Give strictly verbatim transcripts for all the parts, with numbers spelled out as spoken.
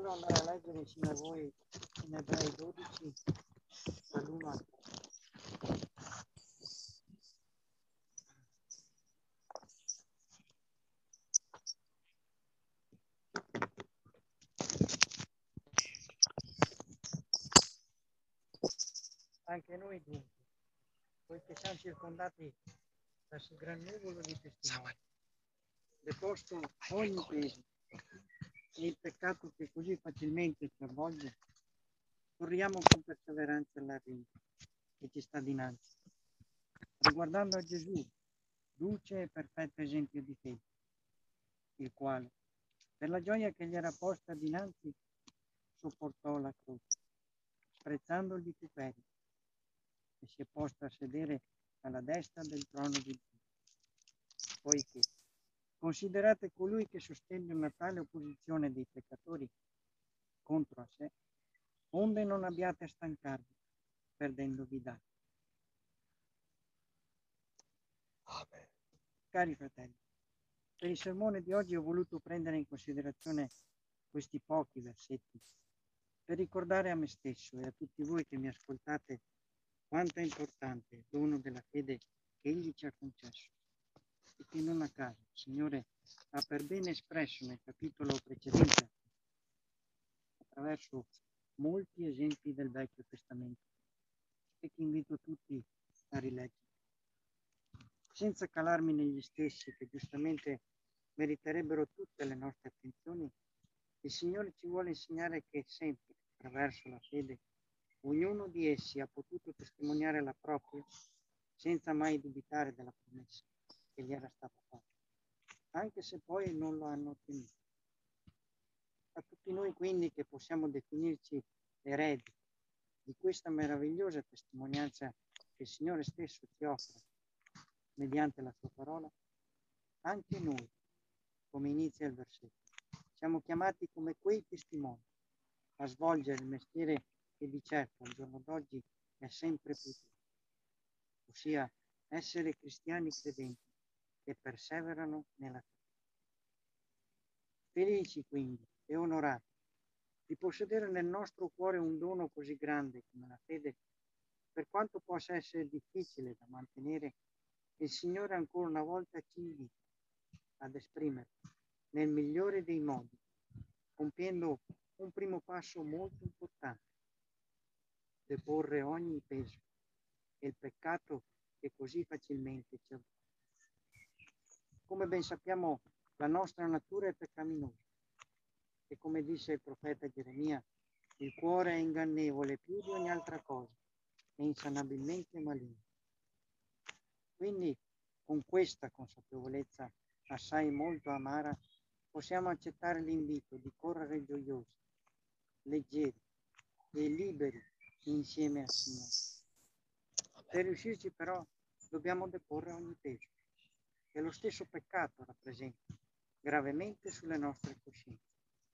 volevo andare a leggere insieme a voi in Ebrei dodici, dall'uno al tre. Anche noi dunque, poiché siamo circondati da questo gran nuvolo di testimoni, deposto ogni peso e il peccato che così facilmente ci avvolge, corriamo con perseveranza all'arrivo che ci sta dinanzi, riguardando a Gesù, luce e perfetto esempio di fede, il quale, per la gioia che gli era posta dinanzi, sopportò la croce, sprezzando il vituperio, e si è posto a sedere alla destra del trono di Dio. Poiché considerate colui che sostenne una tale opposizione dei peccatori contro a sé, onde non abbiate a stancarvi, perdendovi d'animo. Amen. Cari fratelli, per il sermone di oggi ho voluto prendere in considerazione questi pochi versetti per ricordare a me stesso e a tutti voi che mi ascoltate quanto è importante il dono della fede che Egli ci ha concesso e che non a caso il Signore ha per bene espresso nel capitolo precedente attraverso molti esempi del Vecchio Testamento e che invito tutti a rileggere. Senza calarmi negli stessi che giustamente meriterebbero tutte le nostre attenzioni, il Signore ci vuole insegnare che sempre, attraverso la fede, ognuno di essi ha potuto testimoniare la propria senza mai dubitare della promessa che gli era stata fatta, anche se poi non lo hanno ottenuto. A tutti noi quindi che possiamo definirci eredi di questa meravigliosa testimonianza che il Signore stesso ci offre mediante la sua parola, anche noi, come inizia il versetto, siamo chiamati come quei testimoni a svolgere il mestiere che di certo al giorno d'oggi è sempre più tutto, ossia essere cristiani credenti che perseverano nella fede. Felici quindi e onorati di possedere nel nostro cuore un dono così grande come la fede, per quanto possa essere difficile da mantenere, il Signore ancora una volta ci invita ad esprimere nel migliore dei modi, compiendo un primo passo molto importante: deporre ogni peso e il peccato che così facilmente ci avvolge. Come ben sappiamo, la nostra natura è peccaminosa e, come disse il profeta Geremia, il cuore è ingannevole più di ogni altra cosa e insanabilmente maligno. Quindi, con questa consapevolezza assai molto amara, possiamo accettare l'invito di correre gioiosi, leggeri e liberi insieme al Signore. Per riuscirci però dobbiamo deporre ogni peso che lo stesso peccato rappresenta gravemente sulle nostre coscienze.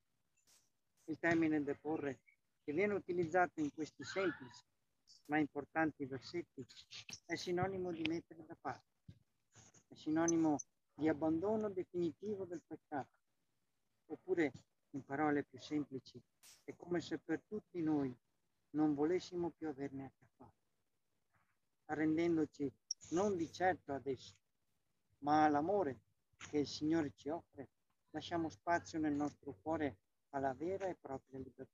Il termine deporre, che viene utilizzato in questi semplici ma importanti versetti, è sinonimo di mettere da parte, è sinonimo di abbandono definitivo del peccato, oppure, in parole più semplici, è come se per tutti noi non volessimo più averne a che fare, arrendendoci non di certo ad esso, ma all'amore che il Signore ci offre, lasciamo spazio nel nostro cuore alla vera e propria libertà.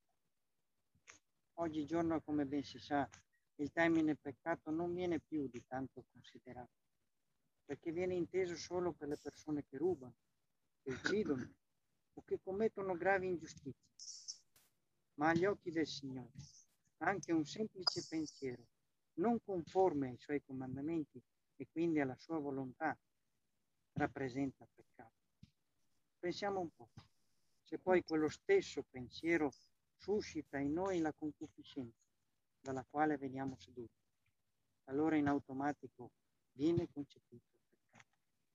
Oggigiorno, come ben si sa, il termine peccato non viene più di tanto considerato, perché viene inteso solo per le persone che rubano, che uccidono o che commettono gravi ingiustizie. Ma agli occhi del Signore, anche un semplice pensiero, non conforme ai Suoi comandamenti e quindi alla Sua volontà, rappresenta peccato. Pensiamo un po', se poi quello stesso pensiero suscita in noi la concupiscenza dalla quale veniamo seduti, allora in automatico viene concepito il peccato.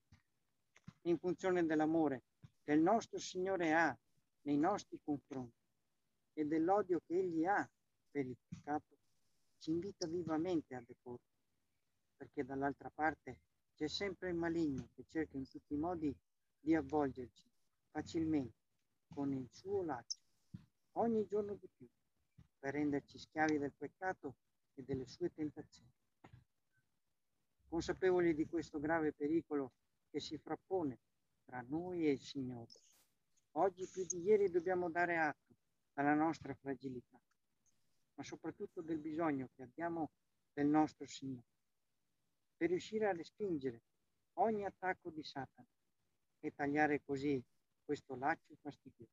In funzione dell'amore che il nostro Signore ha nei nostri confronti e dell'odio che Egli ha per il peccato, ci invita vivamente a deporre, perché dall'altra parte c'è sempre il maligno che cerca in tutti i modi di avvolgerci facilmente con il suo laccio, ogni giorno di più, per renderci schiavi del peccato e delle sue tentazioni. Consapevoli di questo grave pericolo che si frappone tra noi e il Signore, oggi più di ieri dobbiamo dare atto alla nostra fragilità, ma soprattutto del bisogno che abbiamo del nostro Signore, per riuscire a respingere ogni attacco di Satana e tagliare così questo laccio fastidioso.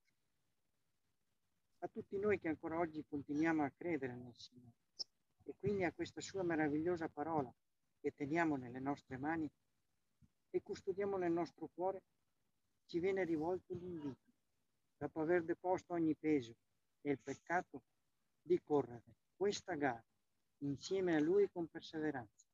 A tutti noi che ancora oggi continuiamo a credere nel Signore e quindi a questa sua meravigliosa parola che teniamo nelle nostre mani e custodiamo nel nostro cuore, ci viene rivolto l'invito, dopo aver deposto ogni peso e il peccato, di correre questa gara insieme a Lui con perseveranza.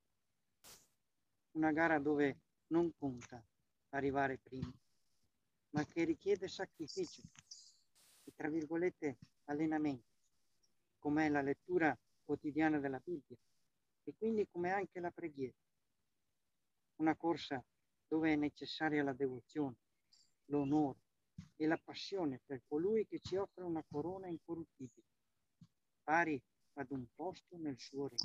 Una gara dove non conta arrivare prima, ma che richiede sacrificio e, tra virgolette, allenamento, come è la lettura quotidiana della Bibbia e quindi come anche la preghiera. Una corsa dove è necessaria la devozione, l'onore e la passione per colui che ci offre una corona incorruttibile, pari ad un posto nel suo regno.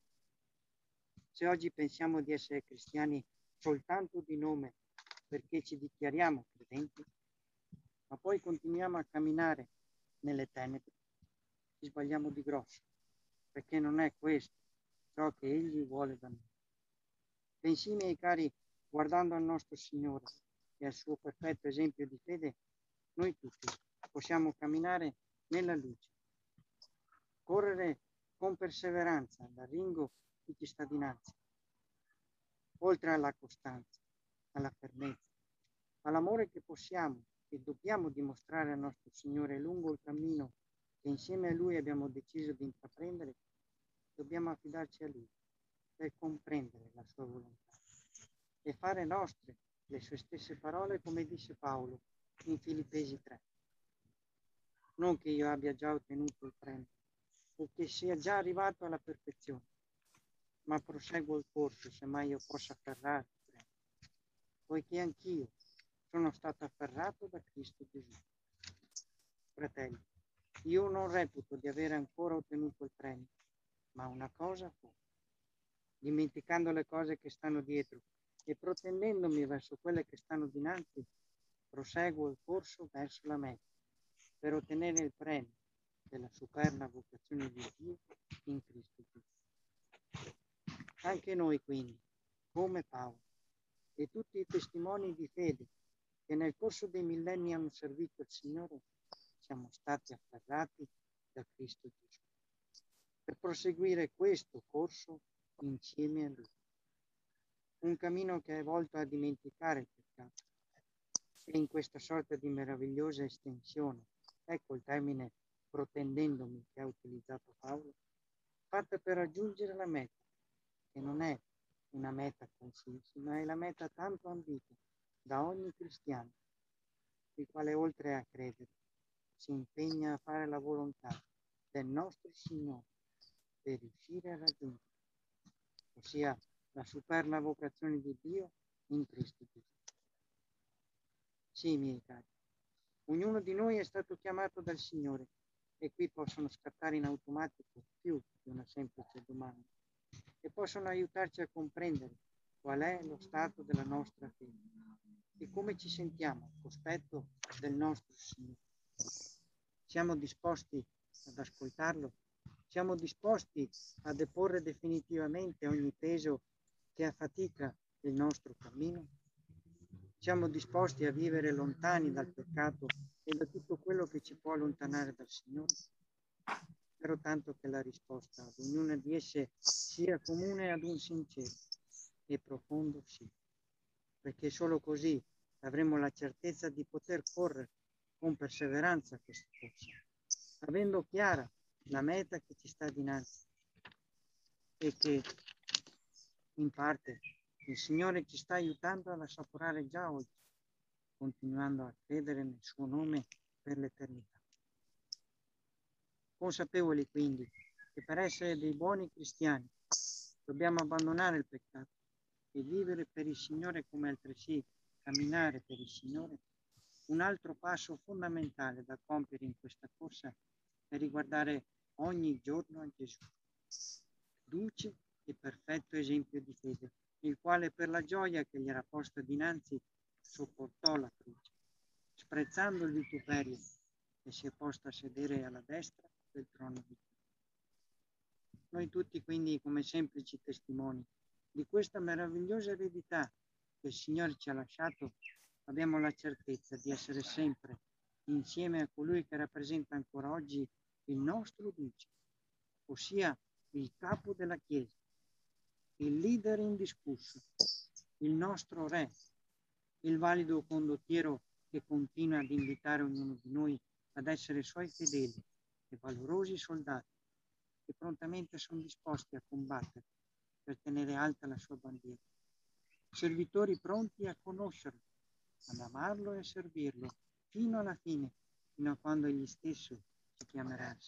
Se oggi pensiamo di essere cristiani soltanto di nome perché ci dichiariamo credenti, ma poi continuiamo a camminare nelle tenebre, ci sbagliamo di grosso, perché non è questo ciò che Egli vuole da noi. Bensì, miei cari, guardando al nostro Signore e al suo perfetto esempio di fede, noi tutti possiamo camminare nella luce, correre con perseveranza l'arringo che ci sta dinanzi, oltre alla costanza, alla fermezza, all'amore che possiamo e dobbiamo dimostrare al nostro Signore lungo il cammino che insieme a Lui abbiamo deciso di intraprendere. Dobbiamo affidarci a Lui per comprendere la sua volontà e fare nostre le sue stesse parole, come disse Paolo in Filippesi tre. Non che io abbia già ottenuto il premio o che sia già arrivato alla perfezione, ma proseguo il corso, semmai io possa afferrare il premio, poiché anch'io sono stato afferrato da Cristo Gesù. Fratelli, io non reputo di avere ancora ottenuto il premio, ma una cosa faccio, dimenticando le cose che stanno dietro e protendendomi verso quelle che stanno dinanzi, proseguo il corso verso la meta, per ottenere il premio della superna vocazione di Dio in Cristo Gesù. Anche noi quindi, come Paolo e tutti i testimoni di fede che nel corso dei millenni hanno servito il Signore, siamo stati afferrati da Cristo Gesù, per proseguire questo corso insieme a Lui. Un cammino che è volto a dimenticare il peccato. E in questa sorta di meravigliosa estensione, ecco il termine protendendomi che ha utilizzato Paolo, fatta per raggiungere la meta, che non è una meta qualsiasi, ma è la meta tanto ambita da ogni cristiano, il quale oltre a credere si impegna a fare la volontà del nostro Signore per riuscire a raggiungere, ossia la superna vocazione di Dio in Cristo Gesù. Sì, miei cari, ognuno di noi è stato chiamato dal Signore e qui possono scattare in automatico più di una semplice domanda e possono aiutarci a comprendere qual è lo stato della nostra fede e come ci sentiamo al cospetto del nostro Signore. Siamo disposti ad ascoltarlo? Siamo disposti a deporre definitivamente ogni peso che affatica il nostro cammino? Siamo disposti a vivere lontani dal peccato e da tutto quello che ci può allontanare dal Signore? Spero tanto che la risposta ad ognuna di esse sia comune ad un sincero e profondo sì, perché solo così avremo la certezza di poter correre con perseveranza questo corso, avendo chiara la meta che ci sta dinanzi e che in parte il Signore ci sta aiutando ad assaporare già oggi, continuando a credere nel suo nome per l'eternità. Consapevoli quindi che per essere dei buoni cristiani dobbiamo abbandonare il peccato e vivere per il Signore come altresì camminare per il Signore, Un altro passo fondamentale da compiere in questa corsa è riguardare ogni giorno a Gesù, duce e perfetto esempio di fede, il quale per la gioia che gli era posta dinanzi sopportò la croce, sprezzando il vituperio, e si è posto a sedere alla destra del trono di Dio. Noi tutti quindi, come semplici testimoni di questa meravigliosa eredità che il Signore ci ha lasciato, abbiamo la certezza di essere sempre insieme a colui che rappresenta ancora oggi il nostro duce, ossia il capo della Chiesa, il leader indiscusso, il nostro re, il valido condottiero che continua ad invitare ognuno di noi ad essere suoi fedeli e valorosi soldati che prontamente sono disposti a combattere per tenere alta la sua bandiera. Servitori pronti a conoscerlo, ad amarlo e a servirlo fino alla fine, fino a quando egli stesso ci chiamerà a sé.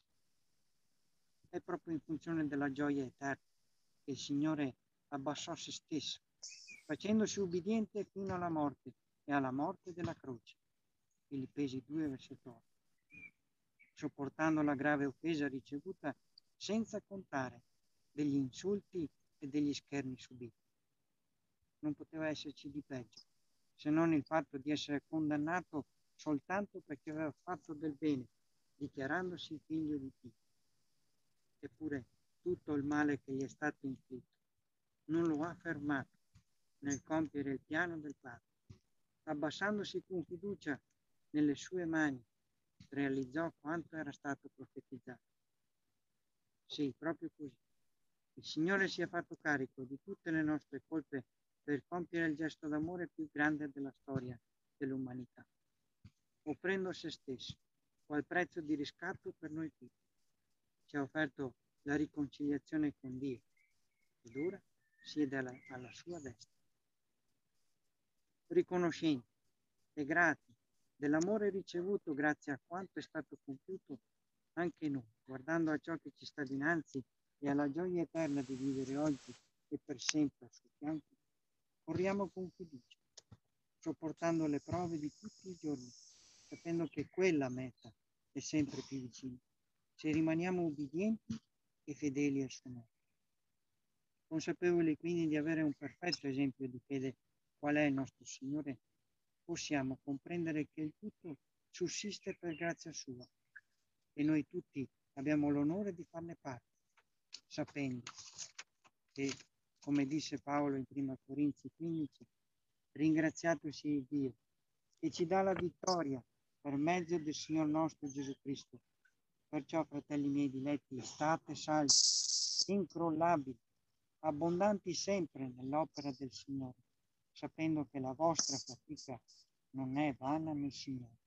È proprio in funzione della gioia eterna che il Signore abbassò se stesso, facendosi ubbidiente fino alla morte e alla morte della croce. Filippesi due, versetto otto. Sopportando la grave offesa ricevuta senza contare degli insulti e degli scherni subiti. Non poteva esserci di peggio, se non il fatto di essere condannato soltanto perché aveva fatto del bene, dichiarandosi figlio di Dio. Eppure tutto il male che gli è stato inflitto non lo ha fermato nel compiere il piano del Padre. Abbassandosi con fiducia nelle sue mani, realizzò quanto era stato profetizzato. Sì, proprio così. Il Signore si è fatto carico di tutte le nostre colpe per compiere il gesto d'amore più grande della storia dell'umanità, offrendo se stesso, qual prezzo di riscatto per noi tutti. Ci ha offerto la riconciliazione con Dio ed ora siede alla, alla sua destra. Riconoscenti e grati dell'amore ricevuto grazie a quanto è stato compiuto, anche noi, guardando a ciò che ci sta dinanzi e alla gioia eterna di vivere oggi e per sempre al suo fianco, corriamo con fiducia, sopportando le prove di tutti i giorni, sapendo che quella meta è sempre più vicina, se rimaniamo ubbidienti e fedeli al suo nome. Consapevoli quindi di avere un perfetto esempio di fede, qual è il nostro Signore, possiamo comprendere che il tutto sussiste per grazia sua e noi tutti abbiamo l'onore di farne parte, sapendo che, come disse Paolo in prima Corinzi quindici, ringraziato sia Dio che ci dà la vittoria per mezzo del Signor nostro Gesù Cristo. Perciò, fratelli miei diletti, state saldi, incrollabili, abbondanti sempre nell'opera del Signore, sapendo che la vostra fatica non è vana nel Signore.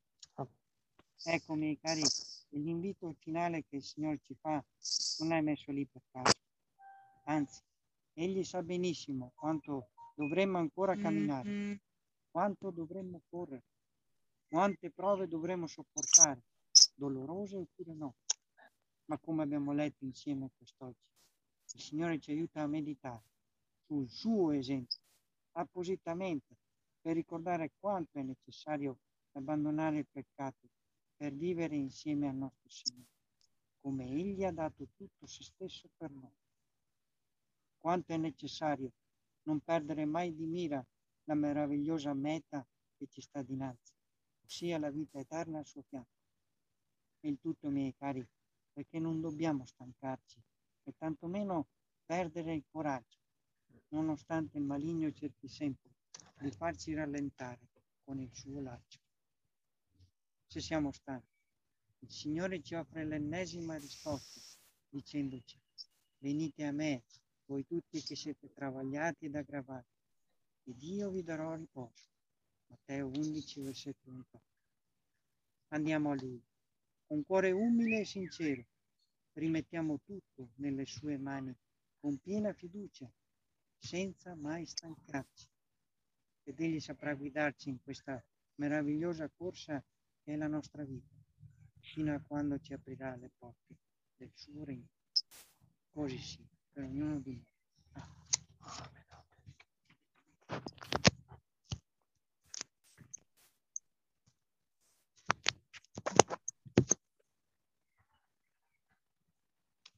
Ecco, miei cari, l'invito finale che il Signore ci fa non è messo lì per caso. Anzi, Egli sa benissimo quanto dovremmo ancora camminare, quanto dovremmo correre, quante prove dovremmo sopportare, dolorose oppure no. Ma come abbiamo letto insieme quest'oggi, il Signore ci aiuta a meditare sul suo esempio, appositamente, per ricordare quanto è necessario abbandonare il peccato per vivere insieme al nostro Signore, come Egli ha dato tutto se stesso per noi. Quanto è necessario non perdere mai di mira la meravigliosa meta che ci sta dinanzi, ossia la vita eterna al suo fianco. E il tutto, miei cari, perché non dobbiamo stancarci e tantomeno perdere il coraggio, nonostante il maligno cerchi sempre di farci rallentare con il suo laccio. Se siamo stanchi, il Signore ci offre l'ennesima risposta, dicendoci: venite a me, voi tutti che siete travagliati ed aggravati, ed io vi darò riposo. Matteo undici, versetto ventotto. Andiamo a Lui, con cuore umile e sincero, rimettiamo tutto nelle sue mani, con piena fiducia, senza mai stancarci. Ed Egli saprà guidarci in questa meravigliosa corsa che è la nostra vita, fino a quando ci aprirà le porte del suo regno. Così sia, per ognuno di noi.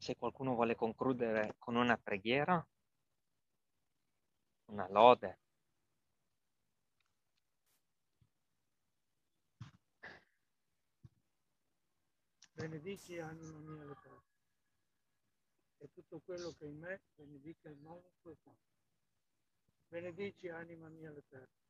Se qualcuno vuole concludere con una preghiera, una lode. Benedici anima mia l'Eterno, e tutto quello che è in me benedica il nome suo santo. Benedici anima mia l'Eterno,